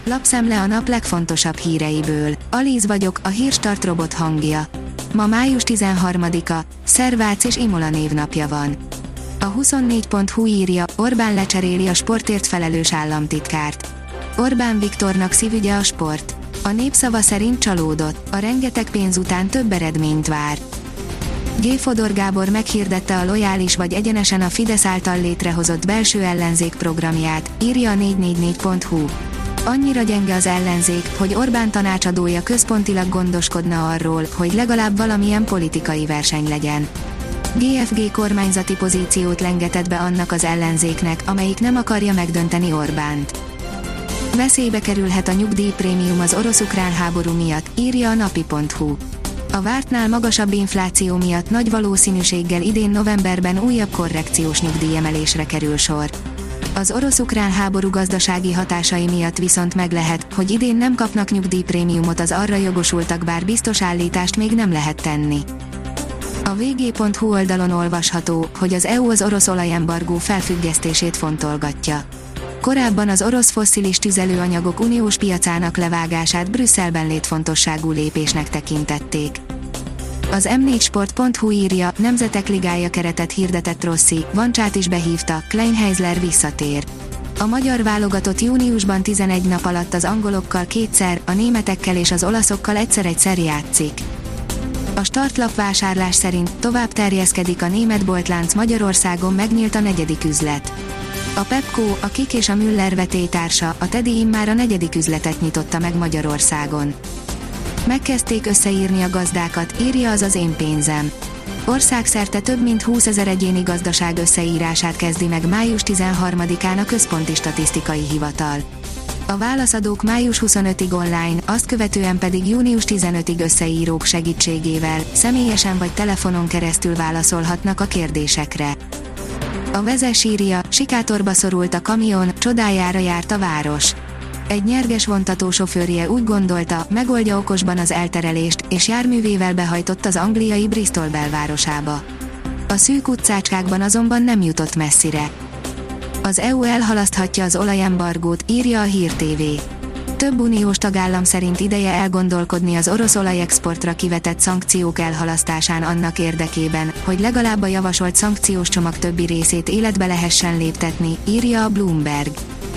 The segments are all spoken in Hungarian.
Lapszemle a nap legfontosabb híreiből. Alíz vagyok, a Hírstart robot hangja. Ma május 13-a, Szervác és Imola névnapja van. A 24.hu írja, Orbán lecseréli a sportért felelős államtitkárt. Orbán Viktornak szívügye a sport. A Népszava szerint csalódott, a rengeteg pénz után több eredményt vár. G. Fodor Gábor meghirdette a Lojális vagy egyenesen a Fidesz által létrehozott belső ellenzék programját, írja a 444.hu. Annyira gyenge az ellenzék, hogy Orbán tanácsadója központilag gondoskodna arról, hogy legalább valamilyen politikai verseny legyen. GFG kormányzati pozíciót lengetett be annak az ellenzéknek, amelyik nem akarja megdönteni Orbánt. Veszélybe kerülhet a nyugdíjprémium az orosz-ukrán háború miatt, írja a napi.hu. A vártnál magasabb infláció miatt nagy valószínűséggel idén novemberben újabb korrekciós nyugdíjemelésre kerül sor. Az orosz-ukrán háború gazdasági hatásai miatt viszont meg lehet, hogy idén nem kapnak nyugdíjprémiumot az arra jogosultak, bár biztos állítást még nem lehet tenni. A vg.hu oldalon olvasható, hogy az EU az orosz olajembargó felfüggesztését fontolgatja. Korábban az orosz fosszilis tüzelőanyagok uniós piacának levágását Brüsszelben létfontosságú lépésnek tekintették. Az m4sport.hu írja, Nemzetek Ligája keretet hirdetett Rossi, Vancsát is behívta, Kleinheisler visszatér. A magyar válogatott júniusban 11 nap alatt az angolokkal kétszer, a németekkel és az olaszokkal egyszer-egyszer játszik. A startlap vásárlás szerint tovább terjeszkedik a német boltlánc, Magyarországon megnyílt a 4. üzlet. A Pepco, a Kik és a Müller vetélytársa, a Teddy immár a 4. üzletet nyitotta meg Magyarországon. Megkezdték összeírni a gazdákat, írja az Én pénzem. Országszerte több mint 20 000 egyéni gazdaság összeírását kezdi meg május 13-án a Központi Statisztikai Hivatal. A válaszadók május 25-ig online, azt követően pedig június 15-ig összeírók segítségével, személyesen vagy telefonon keresztül válaszolhatnak a kérdésekre. A Vezes írja, sikátorba szorult a kamion, csodájára járt a város. Egy nyerges vontató sofőrje úgy gondolta, megoldja okosban az elterelést, és járművével behajtott az angliai Bristol belvárosába. A szűk utcácskákban azonban nem jutott messzire. Az EU elhalaszthatja az olajembargót, írja a Hír TV. Több uniós tagállam szerint ideje elgondolkodni az orosz olajexportra kivetett szankciók elhalasztásán annak érdekében, hogy legalább a javasolt szankciós csomag többi részét életbe lehessen léptetni, írja a Bloomberg.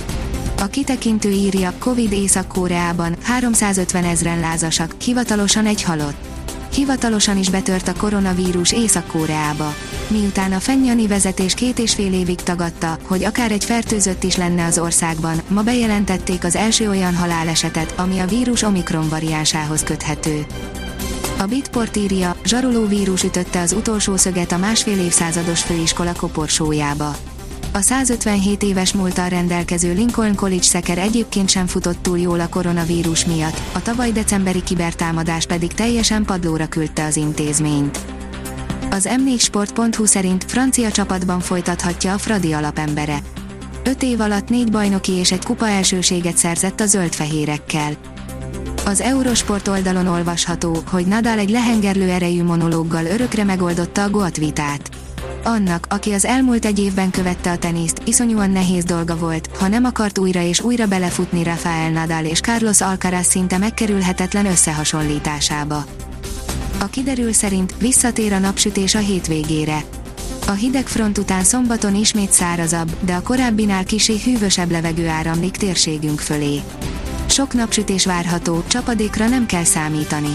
A kitekintő írja, Covid Észak-Koreában, 350 000 lázasak, hivatalosan egy halott. Hivatalosan is betört a koronavírus Észak-Koreába. Miután a fennyani vezetés 2,5 évig tagadta, hogy akár egy fertőzött is lenne az országban, ma bejelentették az első olyan halálesetet, ami a vírus Omikron variánsához köthető. A Bitport írja, zsaroló vírus ütötte az utolsó szöget a másfél évszázados főiskola koporsójába. A 157 éves múlttal rendelkező Lincoln College szeker egyébként sem futott túl jól a koronavírus miatt, a tavaly decemberi kibertámadás pedig teljesen padlóra küldte az intézményt. Az m4sport.hu szerint francia csapatban folytathatja a Fradi alapembere. 5 év alatt 4 bajnoki és egy kupa elsőséget szerzett a zöldfehérekkel. Az Eurosport oldalon olvasható, hogy Nadal egy lehengerlő erejű monológgal örökre megoldotta a Goat vitát. Annak, aki az elmúlt egy évben követte a teniszt, iszonyúan nehéz dolga volt, ha nem akart újra és újra belefutni Rafael Nadal és Carlos Alcaraz szinte megkerülhetetlen összehasonlításába. A kiderül szerint visszatér a napsütés a hétvégére. A hideg front után szombaton ismét szárazabb, de a korábbinál kissé hűvösebb levegő áramlik térségünk fölé. Sok napsütés várható, csapadékra nem kell számítani.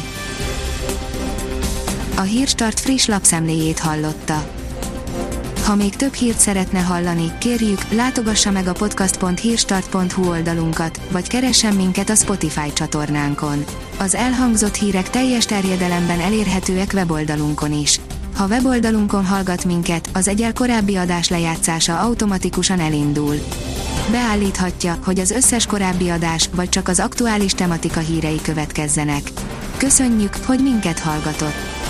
A Hírstart friss lapszemléjét hallotta. Ha még több hírt szeretne hallani, kérjük, látogassa meg a podcast.hírstart.hu oldalunkat, vagy keressen minket a Spotify csatornánkon. Az elhangzott hírek teljes terjedelemben elérhetőek weboldalunkon is. Ha weboldalunkon hallgat minket, az egyel korábbi adás lejátszása automatikusan elindul. Beállíthatja, hogy az összes korábbi adás, vagy csak az aktuális tematika hírei következzenek. Köszönjük, hogy minket hallgatott!